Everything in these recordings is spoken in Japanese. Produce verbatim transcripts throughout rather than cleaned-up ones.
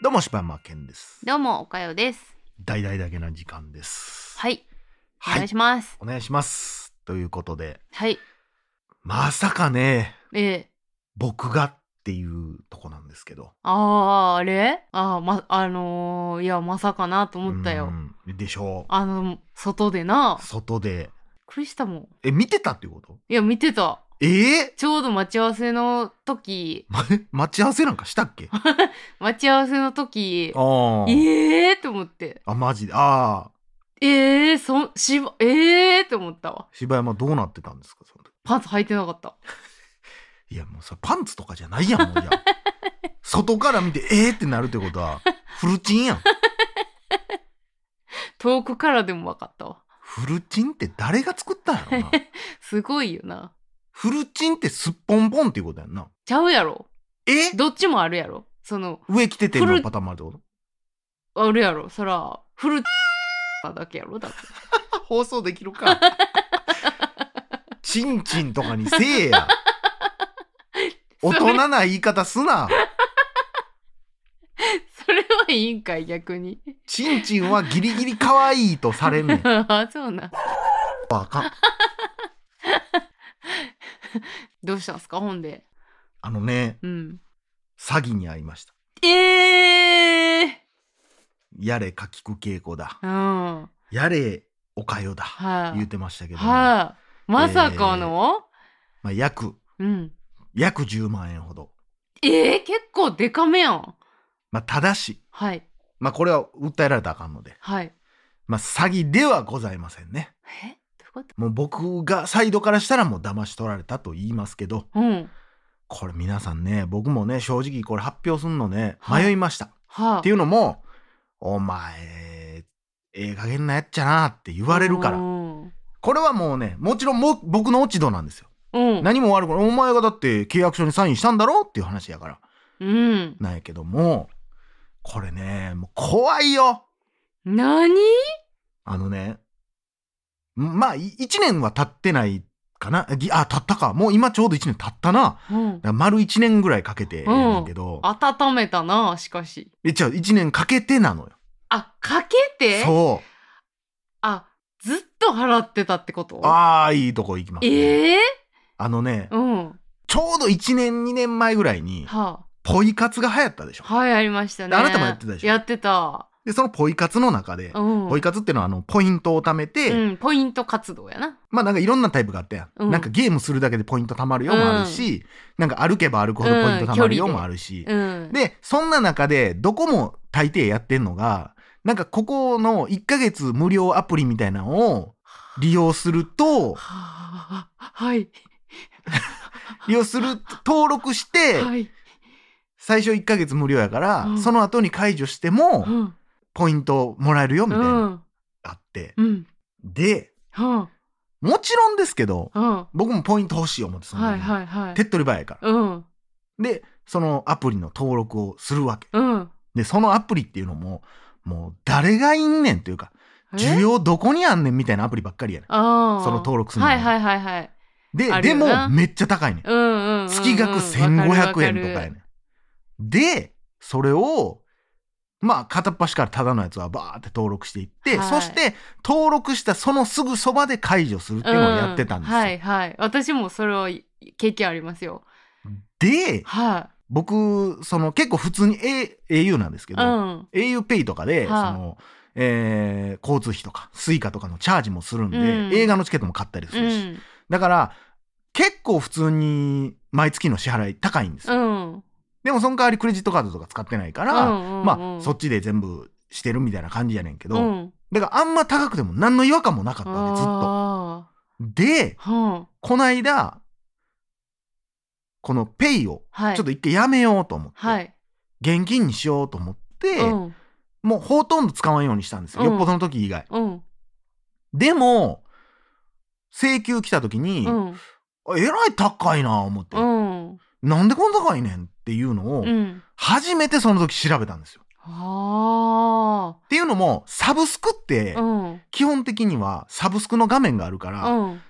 どうも柴山健です。 どうもおかよです。 大々だけな時間です。 はい、 はい、 お願いします。 お願いします。ということで、 はい。 まさかね、 ええ。 僕がっていうとこなんですけど。 ああ、あれあーま、あのー、いや、まさかなと思ったよ。 うーんでしょう。 あの、外でな。 外で。 クリスタも。 え、見てたっていうこと？ いや、見てた。 えー、 ちょうど待ち合わせの時、 ま待ち合わせなんかしたっけ？ 待ち合わせの時、 あーええーと思って。 あ、マジで。ああ、 ええー、そ、しば、ええーって思ったわ。 柴山どうなってたんですか、その時。 パンツ履いてなかった。 いや、もうさ、パンツとかじゃないやん、もうじゃあ。外から見て、えーってなるってことは、フルチンやん。 遠くからでも分かったわ。 フルチンって誰が作ったんやろな。 すごいよな。 フルチンってすっぽんぽんっていうことやんな。 ちゃうやろ。 えどっちもあるやろ。その、 上着ててフルのパターンもあるってこと？ あるやろ。そら、フルだけやろ。だって。 放送できるか。チンチンとかにせえや。大人な言い方すな。 それはいいんかい、逆に。 チンチンはギリギリ可愛いとされんねん。 あ、そうなん。 あかん。 どうしたんすか、ほんで。 あのね、 うん。 詐欺に遭いました。 ええやれかきくけいこだ。 ー。うん。 やれおかよだ。 はい、 言うてましたけども、 はい、まさかの、 まあ、約、 うん。 約じゅうまんえんほど。 ええー、結構デカめやん。 まあ、ただし、 はい。 まあ、これは訴えられたらあかんので、 はい。 まあ、詐欺ではございませんね。 え、どういうこと？ もう僕がサイドからしたらもう騙し取られたと言いますけど、 うん。 これ皆さんね、僕もね、正直これ発表すんのね、 はあ迷いました。 はあ。 っていうのも、お前、ええ加減なやっちゃなって言われるから。 うん。 これはもうね、もちろんも僕の落ち度なんですよ。 うん。 何も悪くない。お前がだって契約書にサインしたんだろっていう話やから。 うん。 なんやけども、これね、もう怖いよ。 何？ あのね、まあ、いちねんは経ってないかな。ぎあ、経ったか。もう今ちょうどいちねん経ったな。 うん。 だから丸いちねんぐらいかけてやねんけど。 温めたな、しかし。 え、じゃあいちねんかけてなのよ。 あ、かけて？ そう。 あ、ずっと払ってたってこと？ ああ、いいとこ行きますね。 ええあのね、 ー、うん。 ちょうどいちねんにねんまえぐらいに、 はポイ活が流行ったでしょ。 あ、はい、ありましたね。 あなたもやってたでしょ。 やってた。 で、そのポイ活の中で、 うん。 ポイ活っていうのはあの、ポイントを貯めて、 うん、ポイント活動やな。 まあなんかいろんなタイプがあったやん。 うんなんかゲームするだけでポイント貯まるよもあるし、なんか歩けば歩くほどポイント貯まるよもあるし。 うん。 で、そんな中で、どこも大抵やってんのが、なんかここのいっかげつ無料アプリみたいなのを利用すると、 はあ、はい。 利用する、登録して、 はい。 最初いっかげつ無料やから、 うんその後に解除しても、 うん。 ポイントもらえるよみたいな、 うん。 あって。 うん。 で、 はもちろんですけど、 あ。うん。 僕もポイント欲しい思って、そのはい時にはいはい。 手っ取り早いから。 うん。 で、そのアプリの登録をするわけ。 うん。 で、そのアプリっていうのも、もう誰がいんねんというか、 え需要どこにあんねんみたいなアプリばっかりやねん。 ああ。 その登録するのはいはいはいはい。 で、 あるでもよなめっちゃ高いねん。 うんうんうんうん。 月額せんごひゃくえんとかわかるわかる。 やねん。で、それを、まあ、片っ端からただのやつはバーって登録していって、 はいそして登録したそのすぐそばで解除するっていうのをやってたんですよ。 うん、はいはい。私もそれは経験ありますよ。 で、 はい。 僕、その結構普通に A- au なんですけど、 うん。 auPay とかで、 はあその、えー交通費とか、スイカとかのチャージもするんで、 うん映画のチケットも買ったりすうるし。 ん。 だから、結構普通に毎月の支払い高いんですうよ。 ん。 でもその代わりクレジットカードとか使ってないから、 うんうんうん、 まあ、そっちで全部してるみたいな感じやねんけど、 うん、 だからあんま高くても何の違和感もなかったわけ、ずっと。 あで、 ーはあ、 こないだ、このペイをはい、 ちょっと一回やめようと思って、 はい、 現金にしようと思って、 うん、 もうほとんど使わんようにしたんですよ。 うんよっぽどの時以外。 うん、 でも、請求来た時に、 うん、 えらい高いな思って、 うん、 なんでこんな高いねんっていうのを、 うん、 初めてその時調べたんですよ。 はあ、 っていうのも、サブスクって、 うん、 基本的にはサブスクの画面があるから、 うん、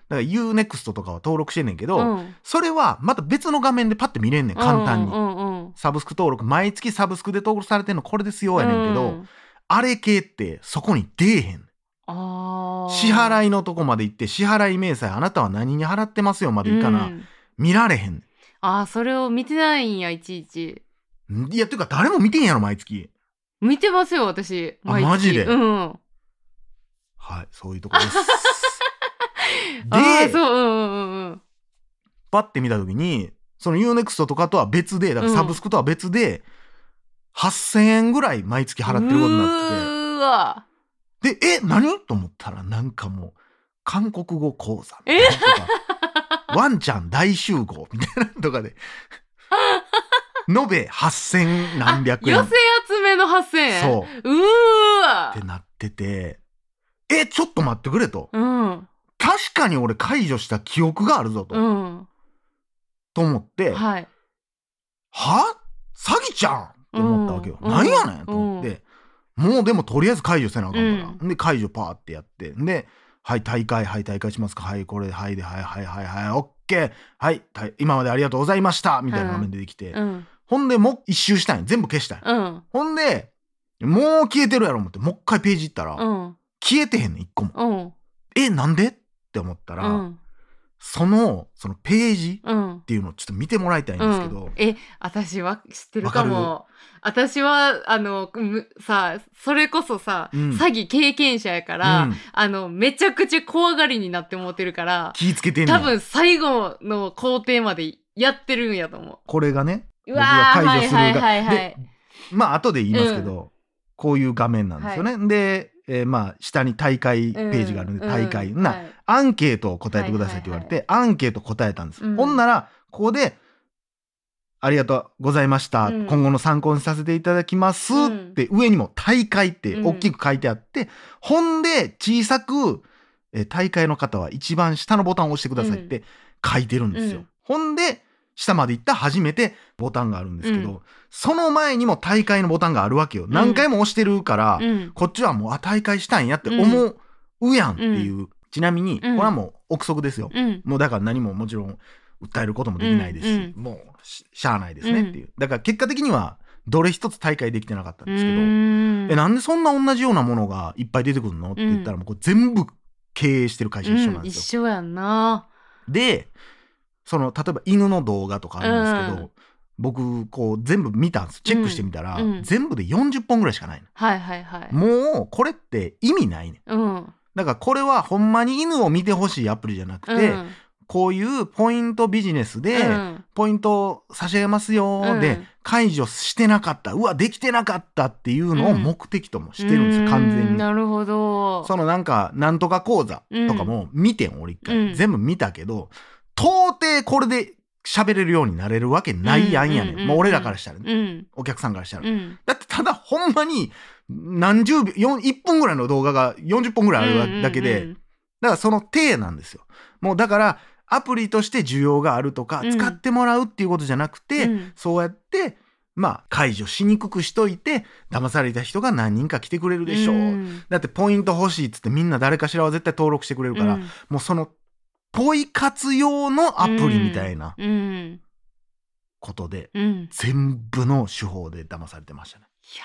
だから ユーネクスト とかは登録してんねんけど、 うんそれはまた別の画面でパッて見れんねん、簡単に。 うんうんうんサブスク登録、毎月サブスクで登録されてんのこれですよやねんけど、 うんあれ系ってそこに出えへん。 あー支払いのとこまで行って、支払い明細あなたは何に払ってますよまでいかな、 うん見られへん。 あーそれを見てないんやいちいち。 いや、ていうか誰も見てんやろ、毎月。 見てますよ私あ毎月マジでうんはい、そういうとこです。 あーで、 そううんうんうんパッて見たときに、その ユーネクスト とかとは別で、だからサブスクとは別で、はっせんえんぐらい毎月払ってることになってうーわて。で、え、何と思ったら、なんかもう、韓国語講座みたいなとか、ワンちゃん大集合みたいなのとかで、延べはっせん何百円。 寄せ集めのはっせんえんそううーわってなってて、え、ちょっと待ってくれと。 うん確かに俺解除した記憶があるぞと。 うんと思って、 はいは詐欺ちゃんって思ったわけよ。 うんなんやねんと思って、もうでもとりあえず解除せなあかんから。 うで、解除パーってやって。で、はい、大会、はい、大会しますか。はい、これ、はい、で、はい、はい、はい、はい、オッケー。はい、た今までありがとうございました。みたいな画面出てきて。 うんほんで、もう一周したんや。全部消したんや。 うんほんで、もう消えてるやろ思って、もう一回ページ行ったら、 うん消えてへんねん、一個も。 うんえ、なんでって思ったら、 うんその、そのページうんっていうのをちょっと見てもらいたいんですけど、 うん、え私は知ってるかわも。私はあのむさそれこそさ、 うん詐欺経験者やから、 うんあのめちゃくちゃ怖がりになって思ってるから気ぃつけてんねん。 多分最後の工程までやってるんやと思これがね、 う。うわー僕が解除するが、 はいはいはいはいで、まあ後で言いますけど、こういう画面なんですよね。で、えーまあ下に大会ページがあるんで、 うん大会、な、 うんはいアンケートを答えてくださいって言われて、アンケート答えたんです。 うんほんなら、ここで、ありがとうございました。 うん今後の参考にさせていただきます。 うんって上にも大会って大きく書いてあって、ほんで小さく、えー大会の方は一番下のボタンを押してくださいって書いてるんですよ。 うんほんで、下まで行ったら初めてボタンがあるんですけど、 うんその前にも大会のボタンがあるわけよ。何回も押してるから、 うんこっちはもう、あ、大会したんやって思うやんっていう。ちなみに、これはもう憶測ですよ。 うんもうだから何ももちろん訴えることもできないですし、 うんうんもうししゃあないですねっていう。だから結果的には、どれ一つ大会できてなかったんですけど、 うんえ、なんでそんな同じようなものがいっぱい出てくるのって言ったら、もうこれ全部経営してる会社一緒なんうんですよ。 一緒やんな。 で、その、例えば犬の動画とかあるんですけど、 うん僕、こう、全部見たんです。チェックしてみたら、 うんうん全部でよんじゅっぽんぐらいしかないの。 はいはいはい。 もう、これって意味ないねん。 うんだからこれはほんまに犬を見てほしいアプリじゃなくて、 うんこういうポイントビジネスで、 うんポイントを差し上げますよで、 うん解除してなかった、うわ、できてなかったっていうのを目的ともしてるんですよ、完全うんに。 なるほど。 そのなんか、なんとか講座とかも見てん、俺一回、 うん全部見たけど、到底これで喋れるようになれるわけないやんやねん。 うんうんうんうんまあ俺らからしたらね、 うんお客さんからしたら。 うんだってただほんまに何十秒、よんいっぷんぐらいの動画がよんじゅっぽんぐらいあるだけで、 うんだからその体なんですよ。もうだからアプリとして需要があるとか、 うん使ってもらうっていうことじゃなくて、 うんそうやってまあ解除しにくくしといて騙された人が何人か来てくれるでしょう。 うんだってポイント欲しいっつってみんな誰かしらは絶対登録してくれるから、 うんもうそのポイ活用のアプリみたいなうんことで、 うんうん全部の手法で騙されてましたね。 いや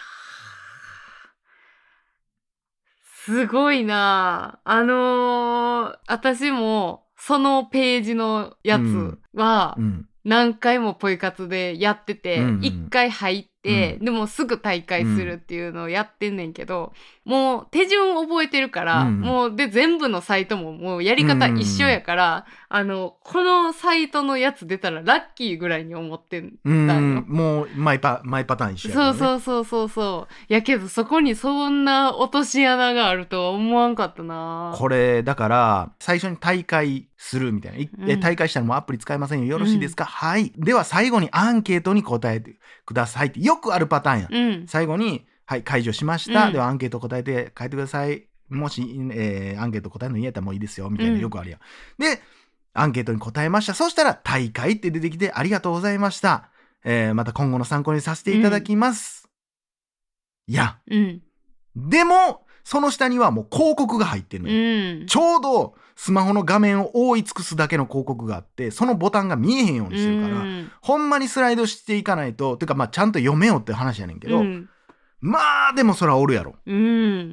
ーすごいなあ。あのー私もそのページのやつはうん。 何回もポイ活でやってて、 うんうん一回入って、 うでもすぐ大会するっていうのをやってんねんけど、もう手順覚えてるから、 うんもうで全部のサイトももうやり方一緒やから、あのこのサイトのやつ出たらラッキーぐらいに思ってんうんだよ。 もう毎パ毎パターン一緒やからね。 そうそうそうそうそうやけどそこにそんな落とし穴があるとは思わんかったな。 これだから最初に大会するみたいな、いうんえ大会したらもうアプリ使えませんよ、よろしいですか、はい、では最後にアンケートに答えてくださいってよくあるパターンや、 うん最後にはい解除しました、 うんではアンケート答えて書いてください、もし、えーアンケート答えるの嫌やったらもういいですよみたいな、 うんよくあるやん。でアンケートに答えました、そしたら大会って出てきてありがとうございました、えーまた今後の参考にさせていただきます、いやうんでもその下にはもう広告が入ってるのよ、 うんちょうどスマホの画面を覆い尽くすだけの広告があって、そのボタンが見えへんようにしてるから、 うん、 ほんまにスライドしていかないと、てかまあちゃんと読めよって話やねんけど、 うん、 まあでもそらおるやろ。 うん、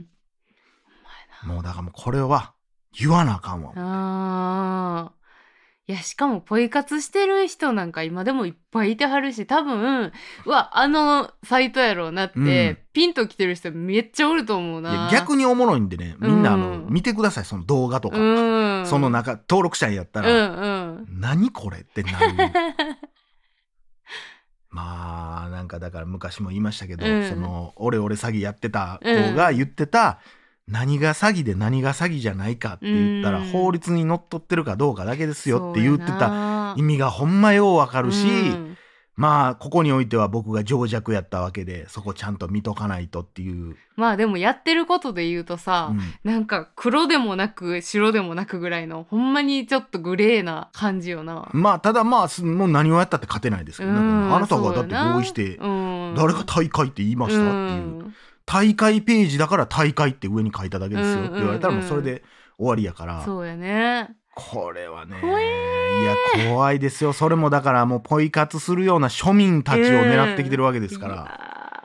もうだからもうこれは言わなあかんわ。 あーいやしかもポイ活してる人なんか今でもいっぱいいてはるし、多分うわあのサイトやろうなって、うん、ピンと来てる人めっちゃおると思うな。 いや逆におもろいんでね、みんなあの、うん、見てください、その動画とか、うん、その中登録者やったら、うんうん、何これってなるまあなんかだから昔も言いましたけど、うん、そのオレオレ詐欺やってた子が言ってた、うん、何が詐欺で何が詐欺じゃないかって言ったら、うん、法律にのっとってるかどうかだけですよって言ってた意味がほんまようわかるし、うん、まあここにおいては僕が情弱やったわけで、そこちゃんと見とかないとっていう。まあでもやってることで言うとさ、うん、なんか黒でもなく白でもなくぐらいのほんまにちょっとグレーな感じよな。 まあただまあもう何をやったって勝てないですけどね、うん、あなたがだって合意して、うん、誰が大会って言いましたっていう、うん、大会ページだから大会って上に書いただけですよって言われたらもうそれで終わりやから、うんうんうん、 そうやね。 これはね、いや怖いですよ。それもだからもうポイ活するような庶民たちを狙ってきてるわけですから、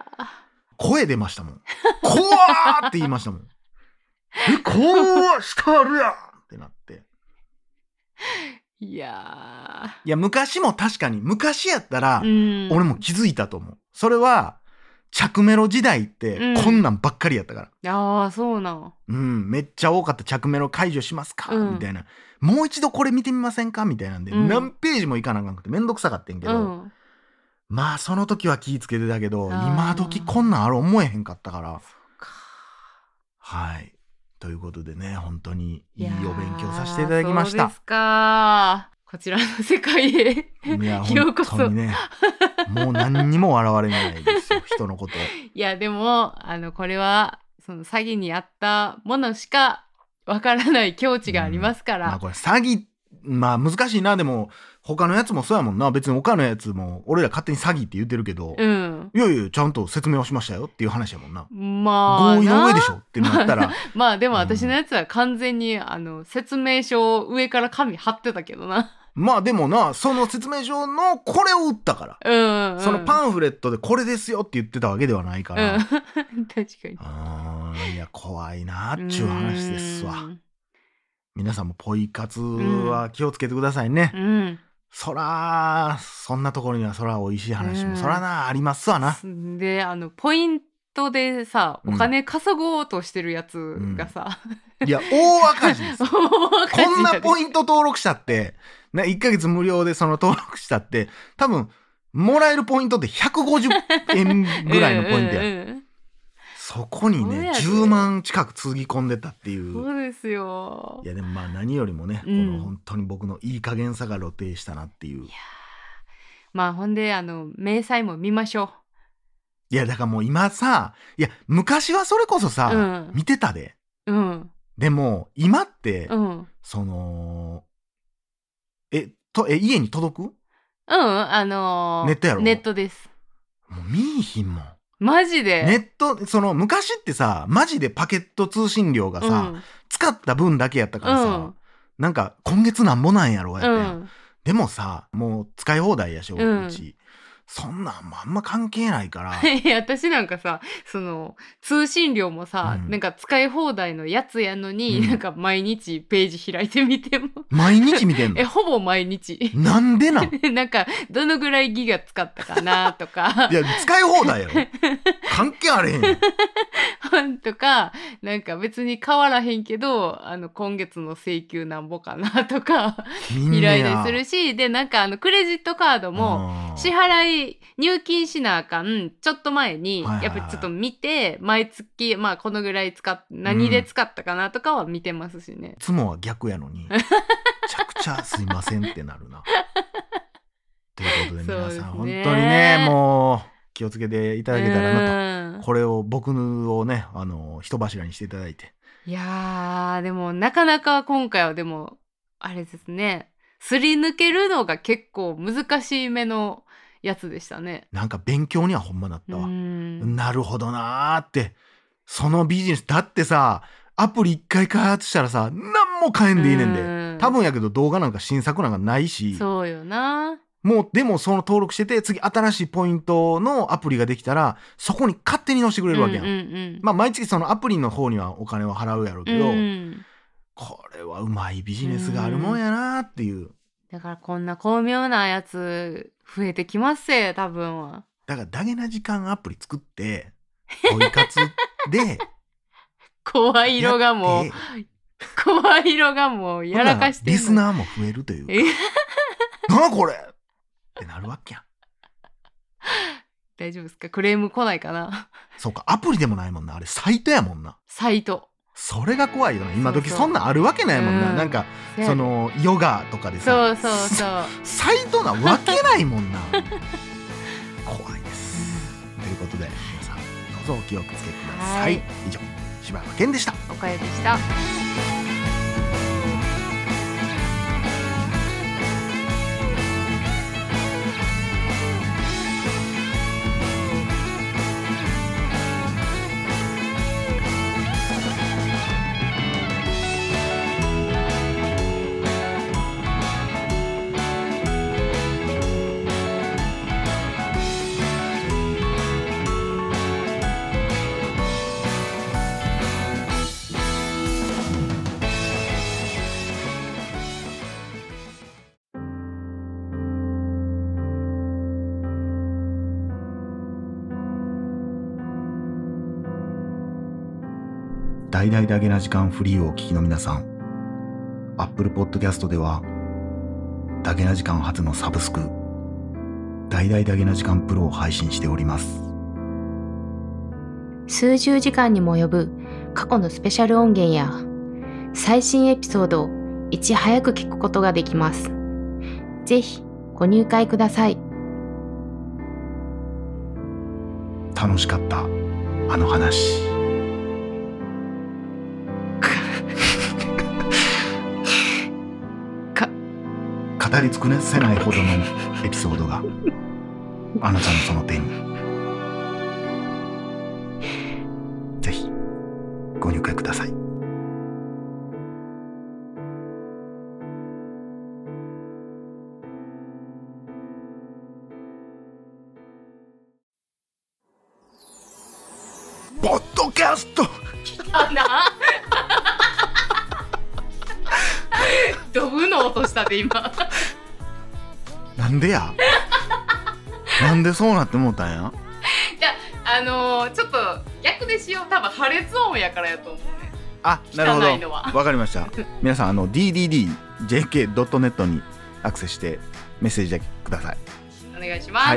えー、声出ましたもん。怖ーって言いましたもん。え、怖ー下あるやんってなって。 いやいや昔も確かに昔やったら俺も気づいたと思う。それは着メロ時代ってこんなんばっかりやったから、 うん、ああそうなん、 うん、めっちゃ多かった。着メロ解除しますか、うん、みたいな、もう一度これ見てみませんかみたいなんで、うん、何ページもいかなあかんくてめんどくさかってんけど、うん、まあその時は気ぃつけてたけど今時こんなんある思えへんかったから。はい、ということでね、本当にいいお勉強させていただきました。 そうですか。こちらの世界へいやようこそ。 本当にね、もう何にも笑われないですよ人のこと。 いやでもあのこれはその詐欺にあったものしかわからない境地がありますから、うん、 まあこれ詐欺まあ難しいな。でも他のやつもそうやもんな。別に他のやつも俺ら勝手に詐欺って言ってるけど、うん、いやいやちゃんと説明をしましたよっていう話やもんな。まあ合意の上でしょってなったらまあでも私のやつは完全に、うん、あの説明書を上から紙貼ってたけどな。 まあでもな、その説明書のこれを打ったから、うんうん、そのパンフレットでこれですよって言ってたわけではないから、うん、 確かに。 あいや怖いなっちゅう話ですわ。皆さんもポイ活は気をつけてくださいね、うん、そらそんなところにはそら美味しい話も、うん、そらなありますわな。 であのポイントでさお金稼ごうとしてるやつがさ、 うん、いや大赤字ですこんなポイント登録者ってね、いっかげつ無料でその登録したって多分もらえるポイントってひゃくごじゅうえんぐらいのポイントや、うんうんうん、そこにねじゅうまん近くつぎ込んでたっていう。 そうですよ。 いやでもまあ何よりもね、うん、この本当に僕のいい加減さが露呈したなっていう。いやまあほんであの明細も見ましょう。 いやだからもう今さ、いや昔はそれこそさ、うん、見てたで、うん、でも今って、うん、そのえとえ家に届く？うんあのー、 ネットやろ？ ネットです。 もう見いひんもん。 マジで？ ネットその昔ってさマジでパケット通信料がさ、うん、使った分だけやったからさ、うん、なんか今月なんぼなんやろやったやん、うん、でもさもう使い放題やし、うん、うちそんなんもあんま関係ないからいや私なんかさその通信料もさ、うん、なんか使い放題のやつやのに、うん、なんか毎日ページ開いてみても毎日見てんの？ えほぼ毎日。 なんでなんなんかどのぐらいギガ使ったかなとかいや使い放題やろ関係あれへんとかなんか別に変わらへんけどあの今月の請求なんぼかなとか依頼でするし、でなんかあのクレジットカードも支払い入金しなあかんちょっと前にやっぱりちょっと見て毎月まあこのぐらい使っ何で使ったかなとかは見てますしね、 いつもは逆やのにめちゃくちゃすいませんってなるなということで皆さん、本当にねもう気をつけていただけたらなと、これを僕をねあの人柱にしていただいて。 いやーでもなかなか今回はでもあれですね、すり抜けるのが結構難しいめのやつでしたね。 なんか勉強にはほんまなったわ。なるほどなーって、そのビジネスだってさアプリ一回開発したらさ、何も変えんでいいねんで。 うん多分やけど動画なんか新作なんかないし、 そうよな。 もうでもその登録してて、次新しいポイントのアプリができたら、そこに勝手に載せてくれるわけやん。 うんうんうん、 まあ毎月そのアプリの方にはお金を払うやろうけど、 うんこれはうまいビジネスがあるもんやなっていう。 だからこんな巧妙なやつ増えてきますよ多分は。 だからダゲな時間アプリ作って、ポイ活で、 声色がもうやって声色がもうやらかしてんのリスナーも増えるというか、なあこれってなるわけやん。 大丈夫ですか？クレーム来ないかな。 そうか、アプリでもないもんな。あれサイトやもんな。 サイト。 それが怖いよな。今時そうそうそんなんあるわけないもんな。 うんなんかねそのヨガとかでさ、 そうそうそうサイトなわけないもんな。怖いです。ということで皆さんどうぞお気をつけください。 はい、 以上、柴山健でした。 おかゆでした。 大々だけな時間フリーをお聞きの皆さん、Apple Podcast ではだけな時間初のサブスク、大々だけな時間プロを配信しております。 数十時間にも及ぶ過去のスペシャル音源や最新エピソードをいち早く聞くことができます。ぜひご入会ください。 楽しかったあの話、 か語り尽くせないほどのエピソードがあなたのその手に。ぜひご入会ください。ポッドキャストあなドブの音したで今。 なんでやなんでそうなって思ったんや。 じゃあ、あのー、ちょっと逆でしよう。多分破裂音やからやと思うね。 あ、なるほど、 汚いのはわかりました。皆さんあの ディーディーディージェーケードットネット にアクセスしてメッセージだけください。 お願いします、 はい。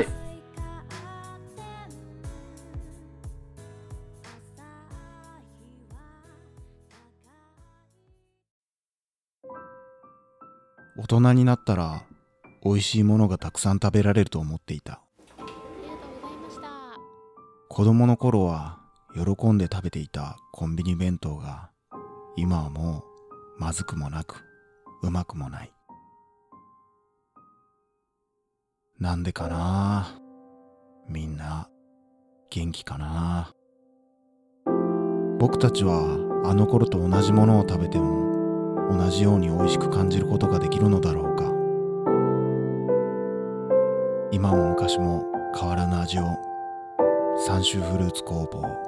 大人になったら美味しいものがたくさん食べられると思っていた。 ありがとうございました。 子供の頃は喜んで食べていたコンビニ弁当が今はもうまずくもなくうまくもない。なんでかな。みんな元気かな。僕たちはあの頃と同じものを食べても同じように美味しく感じることができるのだろうか。今も昔も変わらぬ味を。三州フルーツ工房。